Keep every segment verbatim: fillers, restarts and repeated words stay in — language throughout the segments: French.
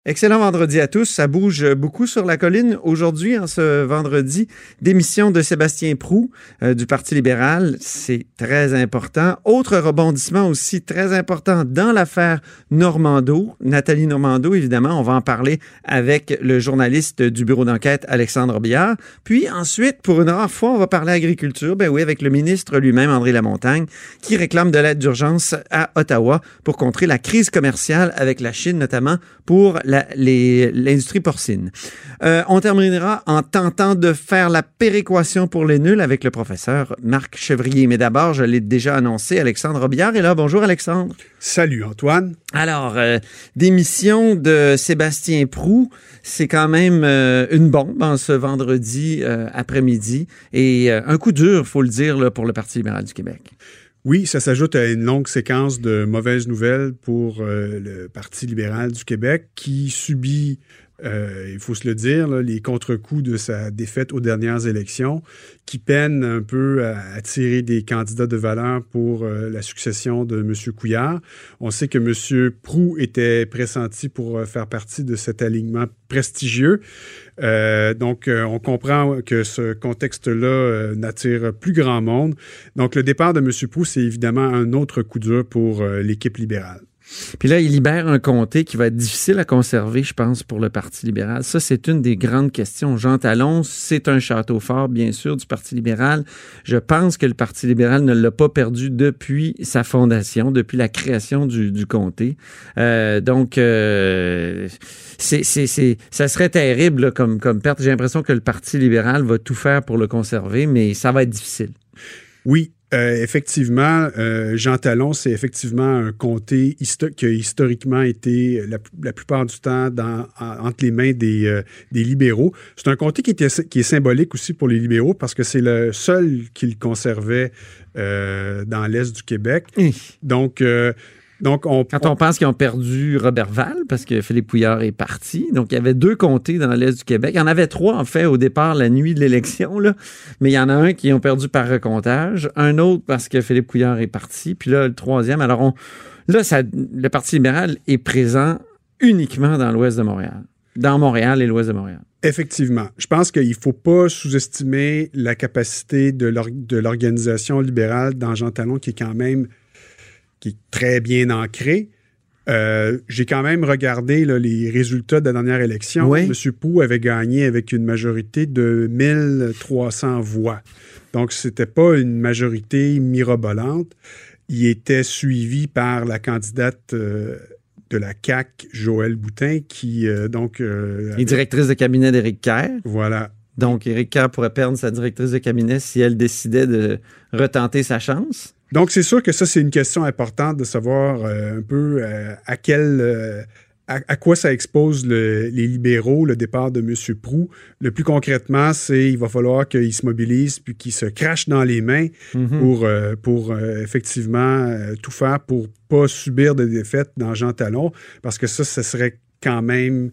Excellent vendredi à tous. Ça bouge beaucoup sur la colline. Aujourd'hui, en ce vendredi, démission de Sébastien Proulx euh, du Parti libéral. C'est très important. Autre rebondissement aussi très important dans l'affaire Normando. Nathalie Normando, évidemment, on va en parler avec le journaliste du bureau d'enquête, Alexandre Robillard. Puis ensuite, pour une rare fois, on va parler agriculture. Ben oui, avec le ministre lui-même, André Lamontagne, qui réclame de l'aide d'urgence à Ottawa pour contrer la crise commerciale avec la Chine, notamment pour la La, les, l'industrie porcine. Euh, on terminera en tentant de faire la péréquation pour les nuls avec le professeur Marc Chevrier. Mais d'abord, je l'ai déjà annoncé, Alexandre Robillard est là. Bonjour Alexandre. Salut Antoine. Alors, euh, démission de Sébastien Proulx, c'est quand même euh, une bombe en ce vendredi euh, après-midi et euh, un coup dur, il faut le dire, là, pour le Parti libéral du Québec. Oui, ça s'ajoute à une longue séquence de mauvaises nouvelles pour euh, le Parti libéral du Québec qui subit, euh, il faut se le dire, là, les contre-coups de sa défaite aux dernières élections, qui peine un peu à attirer des candidats de valeur pour euh, la succession de M. Couillard. On sait que M. Proulx était pressenti pour faire partie de cet alignement prestigieux. Euh, donc, euh, on comprend que ce contexte-là euh, n'attire plus grand monde. Donc, le départ de M. Proulx, c'est évidemment un autre coup dur pour euh, l'équipe libérale. Puis là, il libère un comté qui va être difficile à conserver, je pense, pour le Parti libéral. Ça, c'est une des grandes questions. Jean Talon, c'est un château fort, bien sûr, du Parti libéral. Je pense que le Parti libéral ne l'a pas perdu depuis sa fondation, depuis la création du, du comté. Euh, donc, euh, c'est, c'est, c'est, ça serait terrible là, comme, comme perte. J'ai l'impression que le Parti libéral va tout faire pour le conserver, mais ça va être difficile. Oui. Euh, effectivement, euh, Jean Talon, c'est effectivement un comté histo- qui a historiquement été la, la plupart du temps dans, en, entre les mains des, euh, des libéraux. C'est un comté qui, était, qui est symbolique aussi pour les libéraux parce que c'est le seul qu'ils conservaient euh, dans l'Est du Québec. Mmh. Donc, euh, Donc on, Quand on, on pense qu'ils ont perdu Roberval, parce que Philippe Couillard est parti, donc il y avait deux comtés dans l'Est du Québec. Il y en avait trois, en fait, au départ, la nuit de l'élection, là. Mais il y en a un qui ont perdu par recomptage, un autre parce que Philippe Couillard est parti, puis là, le troisième. Alors, on, là, ça, le Parti libéral est présent uniquement dans l'Ouest de Montréal, dans Montréal et l'Ouest de Montréal. Effectivement. Je pense qu'il ne faut pas sous-estimer la capacité de, l'or- de l'organisation libérale dans Jean Talon, qui est quand même qui est très bien ancré. Euh, j'ai quand même regardé là, les résultats de la dernière élection. Oui. M. Proulx avait gagné avec une majorité de mille trois cents voix. Donc, c'était pas une majorité mirobolante. Il était suivi par la candidate euh, de la C A Q, Joëlle Boutin, qui, euh, donc... Euh, Et directrice de cabinet d'Éric Kerr. Voilà. Donc, Éric Kerr pourrait perdre sa directrice de cabinet si elle décidait de retenter sa chance. Donc, c'est sûr que ça, c'est une question importante de savoir euh, un peu euh, à quel... Euh, à, à quoi ça expose le, les libéraux, le départ de M. Proulx. Le plus concrètement, c'est il va falloir qu'ils se mobilisent puis qu'ils se crachent dans les mains mm-hmm. pour, euh, pour euh, effectivement euh, tout faire pour pas subir de défaites dans Jean Talon, parce que ça, ce serait quand même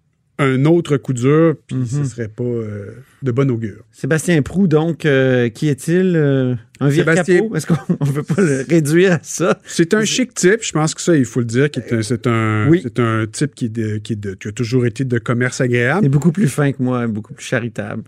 un autre coup dur, puis mm-hmm. ce serait pas euh, de bon augure. Sébastien Proulx, donc, euh, qui est-il? Euh, un vire-capot? Est-ce qu'on ne veut pas le réduire à ça? C'est un chic type, je pense que ça, il faut le dire, qui est un, c'est, un, oui. c'est un type qui, est de, qui, est de, qui a toujours été de commerce agréable. Il est beaucoup plus fin que moi, beaucoup plus charitable.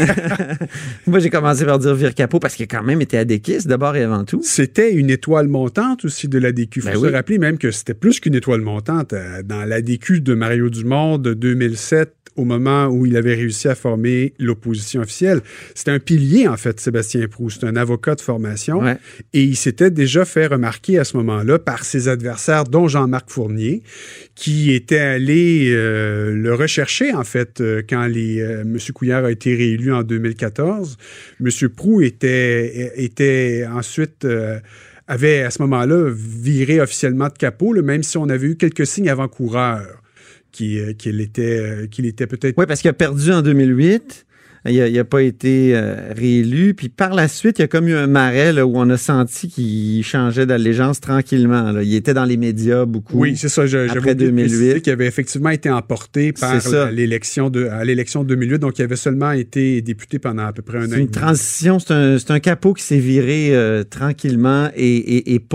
Moi, j'ai commencé par dire vire-capot parce qu'il a quand même été adéquiste, d'abord et avant tout. C'était une étoile montante aussi de l'A D Q. Il faut ben se oui. rappeler même que c'était plus qu'une étoile montante. Dans l'A D Q de Mario Dumont de deux mille sept, au moment où il avait réussi à former l'opposition officielle. C'était un pilier, en fait, Sébastien Proulx. C'est un avocat de formation. Ouais. Et il s'était déjà fait remarquer à ce moment-là par ses adversaires, dont Jean-Marc Fournier, qui était allé euh, le rechercher, en fait, euh, quand les, euh, M. Couillard a été réélu en deux mille quatorze. M. Proulx était, était ensuite... Euh, avait, à ce moment-là, viré officiellement de capot, là, même si on avait eu quelques signes avant-coureurs. Qu'il, qu'il, était, qu'il était peut-être... Oui, parce qu'il a perdu en deux mille huit. Il n'a pas été euh, réélu. Puis par la suite, il y a comme eu un marais là, où on a senti qu'il changeait d'allégeance tranquillement. Là. Il était dans les médias beaucoup. Oui, c'est ça. Je, après deux mille huit. Qu'il avait effectivement été emporté par la, l'élection de, à l'élection de deux mille huit. Donc, il avait seulement été député pendant à peu près un c'est an. C'est une transition. C'est un, c'est un capot qui s'est viré euh, tranquillement et, et, et pas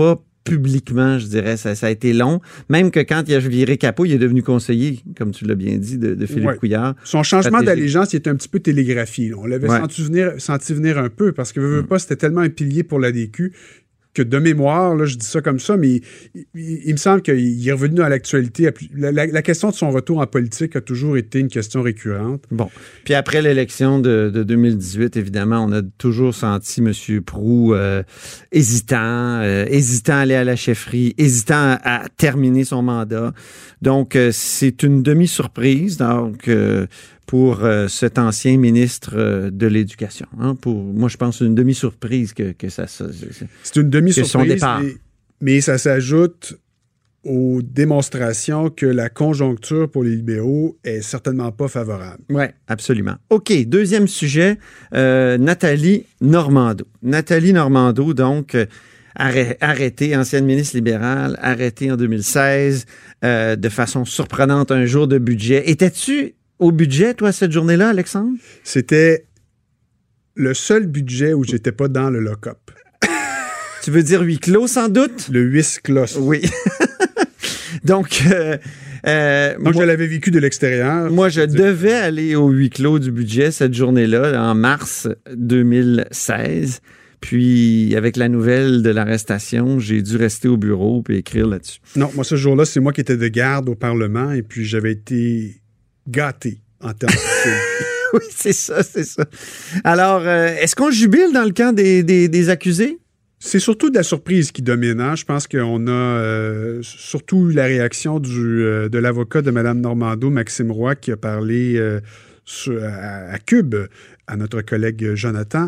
publiquement, je dirais. Ça, ça a été long. Même que quand il a viré capot, il est devenu conseiller, comme tu l'as bien dit, de, de Philippe ouais. Couillard. Son changement stratégique. d'allégeance, il était un petit peu télégraphié. Là. On l'avait ouais. senti, venir, senti venir un peu parce que, veux, veux pas, c'était tellement un pilier pour l'A D Q que de mémoire, là, je dis ça comme ça, mais il, il, il me semble qu'il est revenu dans l'actualité. La, la, la question de son retour en politique a toujours été une question récurrente. Bon. Puis après l'élection de, de deux mille dix-huit, évidemment, on a toujours senti M. Proulx euh, hésitant, euh, hésitant à aller à la chefferie, hésitant à, à terminer son mandat. Donc, euh, c'est une demi-surprise. Donc, euh, pour euh, cet ancien ministre euh, de l'Éducation. Hein, pour, moi, je pense que c'est une demi-surprise que, que ça... ça c'est, c'est une demi-surprise, mais, mais ça s'ajoute aux démonstrations que la conjoncture pour les libéraux est certainement pas favorable. Oui, absolument. OK, deuxième sujet, euh, Nathalie Normando. Nathalie Normando, donc... Euh, arrêtée, ancienne ministre libérale, arrêtée en deux mille seize, euh, de façon surprenante, un jour de budget. Étais-tu au budget, toi, cette journée-là, Alexandre? C'était le seul budget où j'étais pas dans le lock-up. Tu veux dire huis clos, sans doute? Le huis clos. Oui. Donc... Euh, Euh, Donc, moi, je l'avais vécu de l'extérieur. Moi, je devais aller au huis clos du budget cette journée-là, en mars deux mille seize. Puis, avec la nouvelle de l'arrestation, j'ai dû rester au bureau et écrire là-dessus. Non, moi, ce jour-là, c'est moi qui étais de garde au Parlement et puis j'avais été gâté en termes de... Oui, c'est ça, c'est ça. Alors, euh, est-ce qu'on jubile dans le camp des, des, des accusés? C'est surtout de la surprise qui domine. Hein? Je pense qu'on a euh, surtout eu la réaction du, euh, de l'avocat de Mme Normando, Maxime Roy, qui a parlé euh, sur, à, à Cube, à notre collègue Jonathan.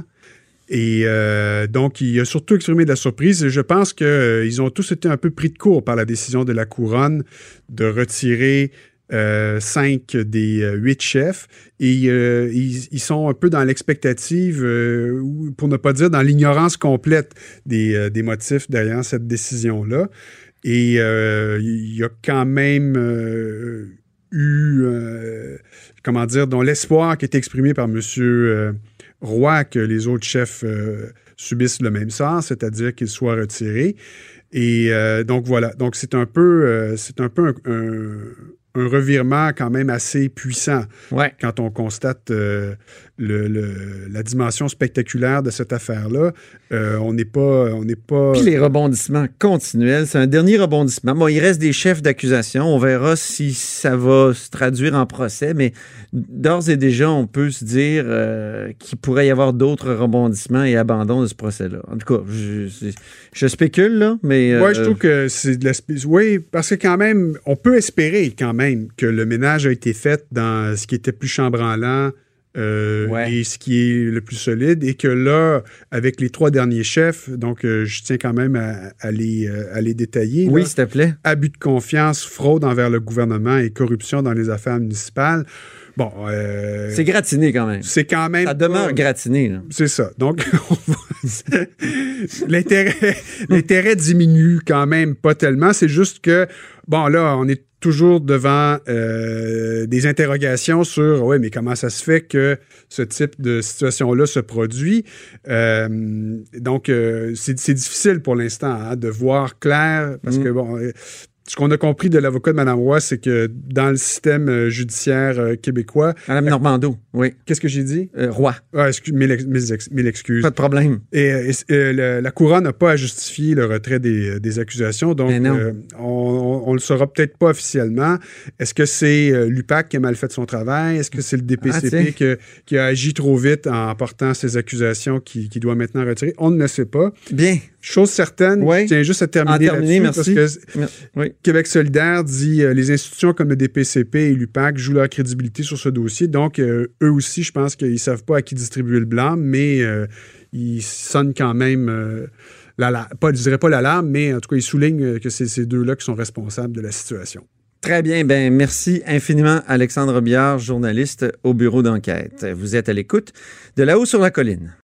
Et euh, donc, il a surtout exprimé de la surprise. Et je pense qu'ils euh, ont tous été un peu pris de court par la décision de la Couronne de retirer euh, cinq des euh, huit chefs. Et euh, ils, ils sont un peu dans l'expectative, euh, pour ne pas dire dans l'ignorance complète des, euh, des motifs derrière cette décision-là. Et euh, il y a quand même euh, eu, euh, comment dire, dont l'espoir qui est exprimé par M. Euh, Roy que les autres chefs euh, subissent le même sort, c'est-à-dire qu'ils soient retirés. Et euh, donc voilà, donc c'est un peu, euh, c'est un, peu un, un, un revirement quand même assez puissant ouais. quand on constate euh, le, le, la dimension spectaculaire de cette affaire-là. Euh, on n'est pas, on n'est pas... Puis les rebondissements continuels, c'est un dernier rebondissement. Bon, il reste des chefs d'accusation. On verra si ça va se traduire en procès, mais d'ores et déjà, on peut se dire euh, qu'il pourrait y avoir d'autres rebondissements et abandons de ce procès-là. En tout cas, je, je spécule, là, mais... Euh, oui, je trouve que c'est de la... Oui, parce que quand même, on peut espérer quand même que le ménage a été fait dans ce qui était plus chambranlant euh, ouais. et ce qui est le plus solide, et que là, avec les trois derniers chefs, donc euh, je tiens quand même à, à, les, à les détailler. Oui, là. s'il te plaît. Abus de confiance, fraude envers le gouvernement et corruption dans les affaires municipales. Bon, euh, c'est gratiné quand même. C'est quand même... Ça demeure pas... gratiné. Là. C'est ça. Donc, l'intérêt, l'intérêt diminue quand même pas tellement. C'est juste que, bon, là, on est toujours devant euh, des interrogations sur, oui, mais comment ça se fait que ce type de situation-là se produit? Euh, donc, euh, c'est, c'est difficile pour l'instant hein, de voir clair, parce mmh. que, bon... Euh, ce qu'on a compris de l'avocat de Mme Roy, c'est que dans le système judiciaire euh, québécois... Mme Normando, oui. Qu'est-ce que j'ai dit? Euh, Roy. Ah, excuse, mille, mille, mille excuses. Pas de problème. Et, et, et la, la Couronne n'a pas à justifier le retrait des, des accusations, donc euh, on ne le saura peut-être pas officiellement. Est-ce que c'est euh, l'U P A C qui a mal fait son travail? Est-ce que c'est le D P C P ah, que, qui a agi trop vite en portant ces accusations qui, qui doit maintenant retirer? On ne le sait pas. Bien. Chose certaine, oui. je tiens juste à terminer, terminer là-dessus, merci. parce que oui. Québec solidaire dit euh, les institutions comme le D P C P et l'U P A C jouent leur crédibilité sur ce dossier. Donc, euh, eux aussi, je pense qu'ils ne savent pas à qui distribuer le blâme, mais euh, ils sonnent quand même, euh, la, la, pas, je ne dirais pas l'alarme, mais en tout cas, ils soulignent que c'est ces deux-là qui sont responsables de la situation. Très bien. Ben, merci infiniment, Alexandre Biard, journaliste au bureau d'enquête. Vous êtes à l'écoute de Là-haut sur la colline.